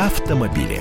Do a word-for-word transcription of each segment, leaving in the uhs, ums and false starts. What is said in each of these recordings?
автомобили.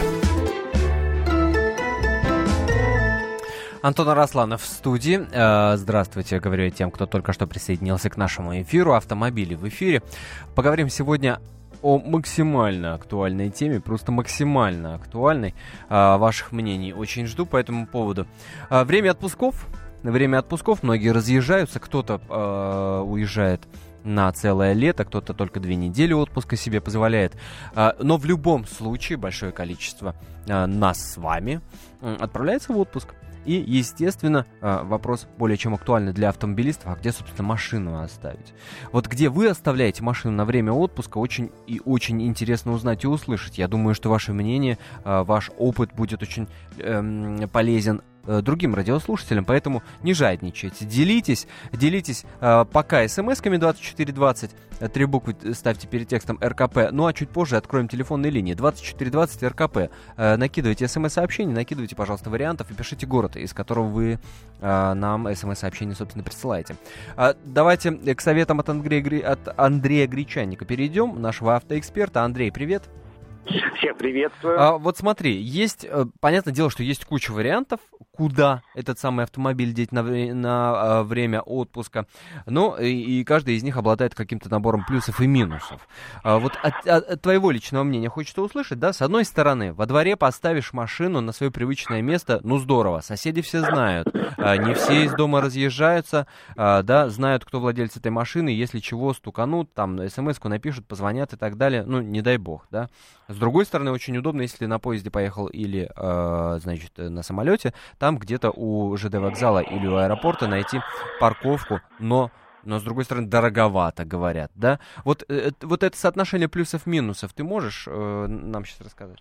Антон Арасланов в студии. Здравствуйте, говорю я тем, кто только что присоединился к нашему эфиру. Автомобили в эфире. Поговорим сегодня о максимально актуальной теме, просто максимально актуальной. Ваших мнений очень жду по этому поводу. Время отпусков. Время отпусков. Многие разъезжаются, кто-то э, уезжает на целое лето, кто-то только две недели отпуска себе позволяет. Э, но в любом случае большое количество э, нас с вами э, отправляется в отпуск. И, естественно, вопрос более чем актуальный для автомобилистов, а где, собственно, машину оставить? Вот где вы оставляете машину на время отпуска, очень и очень интересно узнать и услышать. Я думаю, что ваше мнение, ваш опыт будет очень эм, полезен другим радиослушателям, поэтому не жадничайте, делитесь, делитесь э, пока смс-ками двадцать четыре двадцать, три буквы ставьте перед текстом эр ка пэ, ну а чуть позже откроем телефонные линии двадцать четыре двадцать эр ка пэ, э, накидывайте смс-сообщение, накидывайте, пожалуйста, вариантов и пишите город, из которого вы э, нам смс-сообщение, собственно, присылаете. Э, давайте к советам от Андрея, от Андрея Гречанника перейдем, нашего автоэксперта. Андрей, привет. Всех приветствую. А, вот смотри, есть, понятное дело, что есть куча вариантов, куда этот самый автомобиль деть на, на а, время отпуска, но и, и каждый из них обладает каким-то набором плюсов и минусов. А, вот от, от, от твоего личного мнения хочется услышать, да, с одной стороны, во дворе поставишь машину на свое привычное место, ну здорово, соседи все знают, а, не все из дома разъезжаются, а, да, знают, кто владелец этой машины, если чего стуканут, там смс-ку напишут, позвонят и так далее, ну не дай бог, да. С другой стороны, очень удобно, если на поезде поехал или, э, значит, на самолете, там где-то у ЖД вокзала или у аэропорта найти парковку, но, но с другой стороны, дороговато, говорят, да? Вот, э, вот это соотношение плюсов-минусов ты можешь э, нам сейчас рассказать?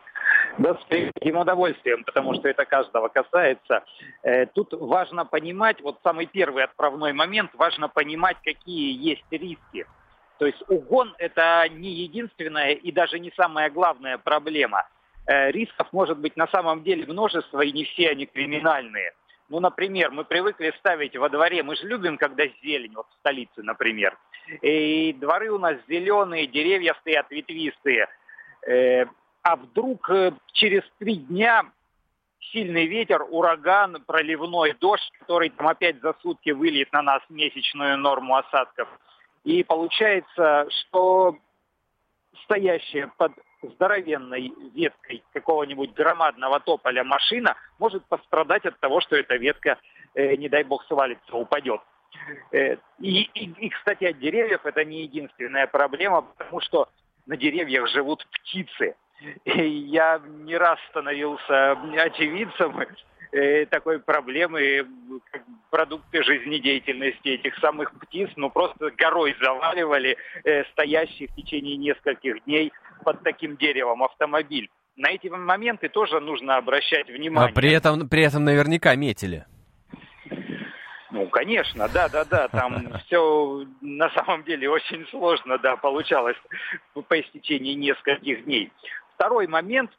Да, с великим удовольствием, потому что это каждого касается. Э, тут важно понимать, вот самый первый отправной момент, важно понимать, какие есть риски. То есть угон – это не единственная и даже не самая главная проблема. Э, рисков может быть на самом деле множество, и не все они криминальные. Ну, например, мы привыкли ставить во дворе, мы же любим, когда зелень, вот в столице, например. И дворы у нас зеленые, деревья стоят ветвистые. Э, а вдруг э, через три дня сильный ветер, ураган, проливной дождь, который там опять за сутки выльет на нас месячную норму осадков. И получается, что стоящая под здоровенной веткой какого-нибудь громадного тополя машина может пострадать от того, что эта ветка, э, не дай бог, свалится, упадет. Э, и, и, и, кстати, от деревьев это не единственная проблема, потому что на деревьях живут птицы. И я не раз становился очевидцем такой проблемы, как продукты жизнедеятельности этих самых птиц, ну просто горой заваливали э, стоящий в течение нескольких дней под таким деревом автомобиль. На эти моменты тоже нужно обращать внимание. А при этом, при этом наверняка метили. Ну, конечно, да-да-да, там все на самом деле очень сложно, да, получалось по истечении нескольких дней. Второй момент.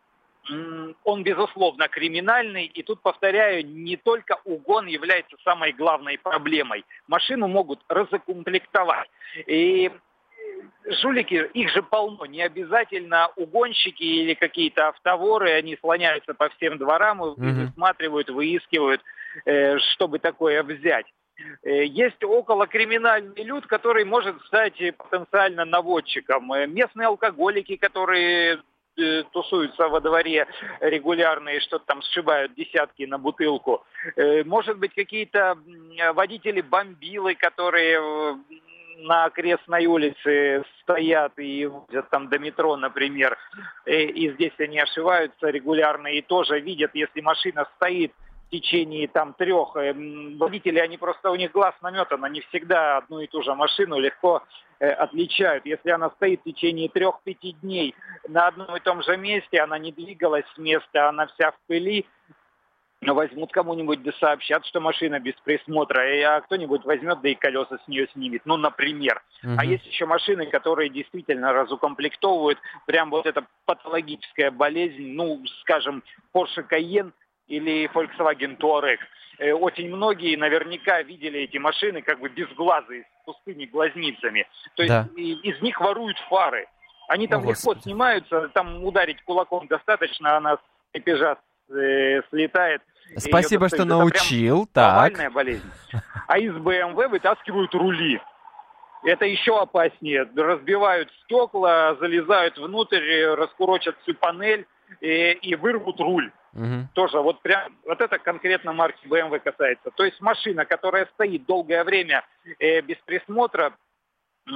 Он, безусловно, криминальный, и тут, повторяю, не только угон является самой главной проблемой. Машину могут разукомплектовать. И жулики, их же полно, не обязательно угонщики или какие-то автоворы, они слоняются по всем дворам и высматривают, выискивают, чтобы такое взять. Есть околокриминальный люд, который может стать потенциально наводчиком. Местные алкоголики, которые тусуются во дворе регулярно и что-то там сшибают десятки на бутылку. Может быть, какие-то водители-бомбилы, которые на окрестной улице стоят и возят там до метро, например, и, и здесь они ошиваются регулярно и тоже видят, если машина стоит в течение там трех, водители, они просто, у них глаз наметан, они всегда одну и ту же машину легко э, отличают. Если она стоит в течение трех-пяти дней на одном и том же месте, она не двигалась с места, она вся в пыли, возьмут кому-нибудь да сообщат, что машина без присмотра, а кто-нибудь возьмет да и колеса с нее снимет, ну, например. Uh-huh. А есть еще машины, которые действительно разукомплектовывают, прям вот эта патологическая болезнь, ну, скажем, Porsche Cayenne или Volkswagen Touareg. Очень многие наверняка видели эти машины как бы безглазые, с пустыми глазницами. То есть да. из них воруют фары. Они там О, легко Господи. снимаются, там ударить кулаком достаточно, она с крепежа э, слетает. Спасибо, что научил. Повальная Так. болезнь. А из бэ эм вэ вытаскивают рули. Это еще опаснее. Разбивают стекла, залезают внутрь, раскурочат всю панель и, и вырвут руль. Угу. Тоже вот прям, вот это конкретно марки бэ эм вэ касается. То есть машина, которая стоит долгое время э, без присмотра, э,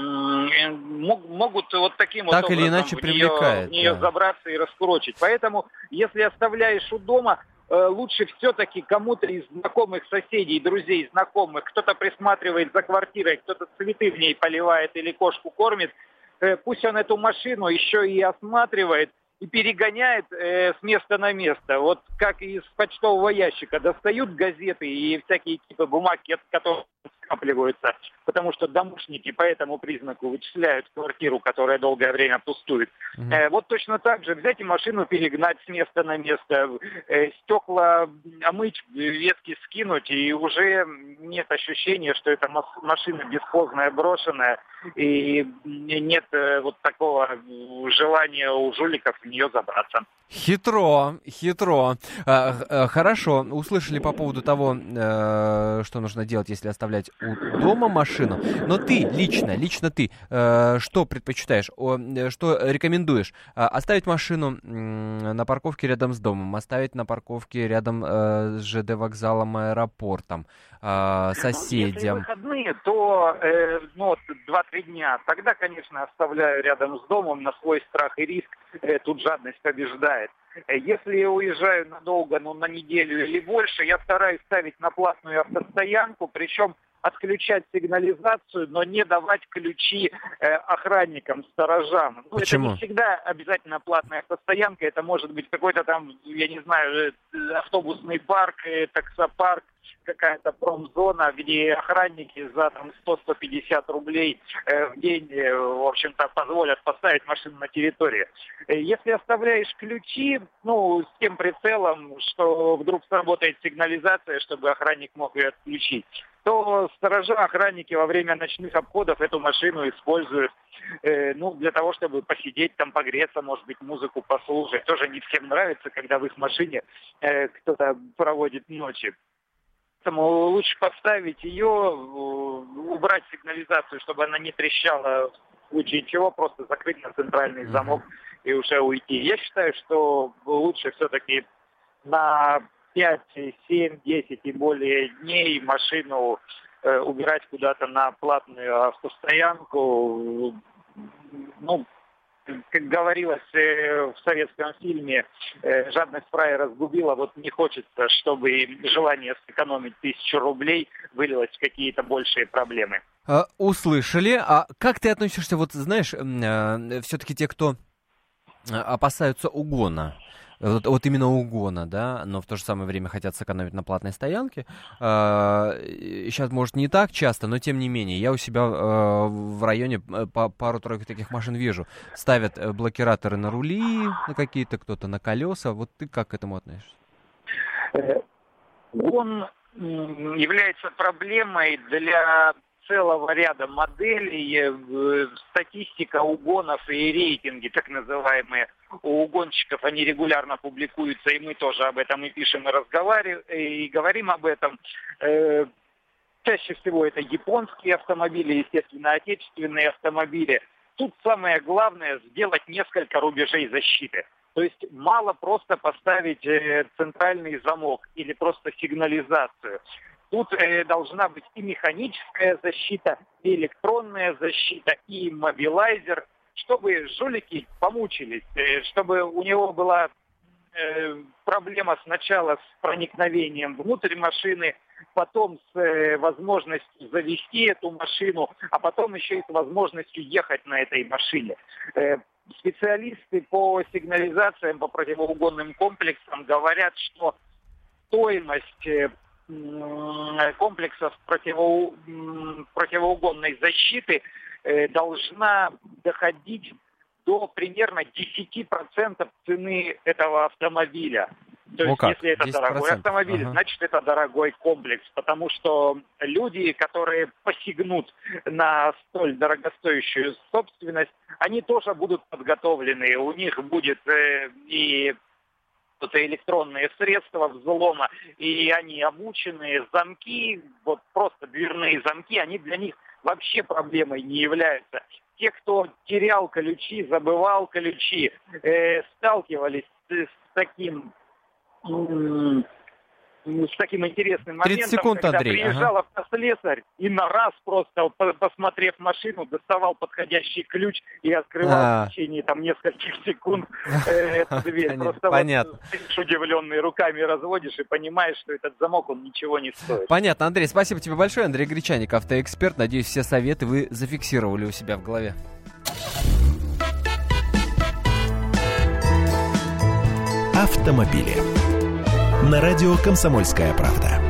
мог, могут вот таким Так вот или образом иначе в нее, привлекает, в нее да. забраться и раскурочить. Поэтому, если оставляешь у дома, э, лучше все-таки кому-то из знакомых соседей, друзей, знакомых, кто-то присматривает за квартирой, кто-то цветы в ней поливает или кошку кормит, э, пусть он эту машину еще и осматривает, и перегоняет э, с места на место. Вот как из почтового ящика достают газеты и всякие типы бумаг, которые скапливаются, потому что домушники по этому признаку вычисляют квартиру, которая долгое время пустует. Угу. Э, вот точно так же взять и машину перегнать с места на место, э, стекла омыть, ветки скинуть, и уже нет ощущения, что это машина бесхозная, брошенная, и нет э, вот такого желания у жуликов в нее забраться. Хитро, хитро. А, а, хорошо, услышали по поводу того, э, что нужно делать, если оставлять у дома машину. Но ты лично, лично ты, э, что предпочитаешь, о, что рекомендуешь? А, оставить машину м, на парковке рядом с домом, оставить на парковке рядом э, с ЖД вокзалом, аэропортом, э, соседям? Если выходные, то э, ну, два-три дня. Тогда, конечно, оставляю рядом с домом на свой страх и риск. Э, тут жадность побеждает. Если я уезжаю надолго, ну, на неделю или больше, я стараюсь ставить на платную автостоянку, причем отключать сигнализацию, но не давать ключи э, охранникам, сторожам. Ну, это не всегда обязательно платная автостоянка, это может быть какой-то там, я не знаю, автобусный парк, э, таксопарк, какая-то промзона, где охранники за там сто-сто пятьдесят рублей э, в день, э, в общем-то, позволят поставить машину на территории. Э, если оставляешь ключи, ну, с тем прицелом, что вдруг сработает сигнализация, чтобы охранник мог ее отключить, то сторожа, охранники во время ночных обходов эту машину используют, э, ну, для того, чтобы посидеть там, погреться, может быть, музыку послушать. Тоже не всем нравится, когда в их машине э, кто-то проводит ночи. Поэтому лучше поставить ее, убрать сигнализацию, чтобы она не трещала, в случае чего просто закрыть на центральный замок и уже уйти. Я считаю, что лучше все-таки на пять, семь, десять и более дней машину э, убирать куда-то на платную автостоянку. Ну, как говорилось э, в советском фильме, э, жадность фраера разгубила. Вот не хочется, чтобы желание сэкономить тысячу рублей вылилось в какие-то большие проблемы. А, услышали. А как ты относишься, вот знаешь, э, все-таки те, кто опасаются угона, вот, вот именно угона, да, но в то же самое время хотят сэкономить на платной стоянке. А, сейчас, может, не так часто, но тем не менее, я у себя а, в районе по, пару-тройку таких машин вижу. Ставят блокираторы на рули, на какие-то, кто-то на колеса. Вот ты как к этому относишься? Он является проблемой для целого ряда моделей. Статистика угонов и рейтинги, так называемые, у угонщиков, они регулярно публикуются, и мы тоже об этом и пишем, и разговариваем, и говорим об этом. Чаще всего это японские автомобили, естественно, отечественные автомобили. Тут самое главное сделать несколько рубежей защиты. То есть мало просто поставить центральный замок или просто сигнализацию. Тут э, должна быть и механическая защита, и электронная защита, и мобилайзер, чтобы жулики помучились, э, чтобы у него была э, проблема сначала с проникновением внутрь машины, потом с э, возможностью завести эту машину, а потом еще и с возможностью ехать на этой машине. Э, специалисты по сигнализациям, по противоугонным комплексам говорят, что стоимость э, комплексов противо, противоугонной защиты э, должна доходить до примерно десять процентов цены этого автомобиля. То есть, если это дорогой автомобиль, ага. значит, это дорогой комплекс, потому что люди, которые посягнут на столь дорогостоящую собственность, они тоже будут подготовлены, у них будет э, и это электронные средства взлома, и они обученные, замки, вот просто дверные замки, они для них вообще проблемой не являются. Те, кто терял ключи, забывал ключи, э, сталкивались с, с таким... М- с таким интересным моментом, секунд, когда Андрей. приезжал ага. автослесарь и на раз просто, посмотрев машину, доставал подходящий ключ и открывал А-а-а. в течение там нескольких секунд э, эту дверь. Просто Понятно. Вот ты удивленный руками разводишь и понимаешь, что этот замок, он ничего не стоит. Понятно, Андрей, спасибо тебе большое. Андрей Гречаник, автоэксперт. Надеюсь, все советы вы зафиксировали у себя в голове. Автомобили. На радио «Комсомольская правда».